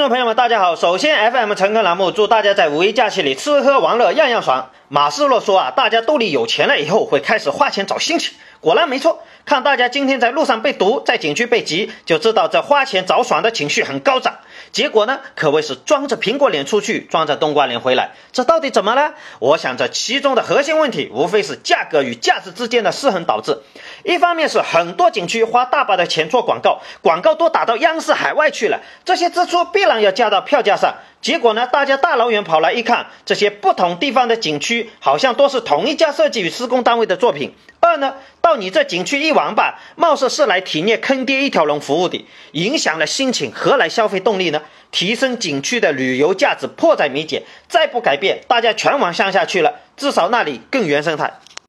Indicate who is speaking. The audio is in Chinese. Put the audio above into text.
Speaker 1: 观众朋友们，大家好！首先 ，FM 诚恳栏目祝大家在五一假期里吃喝玩乐样样爽。马斯洛说大家兜里有钱了以后会开始花钱找心情，果然没错。看大家今天在路上被堵，在景区被挤，就知道这花钱找爽的情绪很高涨。结果呢，可谓是装着苹果脸出去，装着冬瓜脸回来。这到底怎么了？我想这其中的核心问题，无非是价格与价值之间的失衡导致。一方面是很多景区花大把的钱做广告，广告都打到央视海外去了，这些支出必然要加到票价上。结果呢，大家大老远跑来一看，这些不同地方的景区好像都是同一家设计与施工单位的作品。二呢，到你这景区一玩吧，貌似是来体验坑爹一条龙服务的，影响了心情，何来消费动力呢？提升景区的旅游价值迫在眉睫，再不改变，大家全往乡下去了，至少那里更原生态。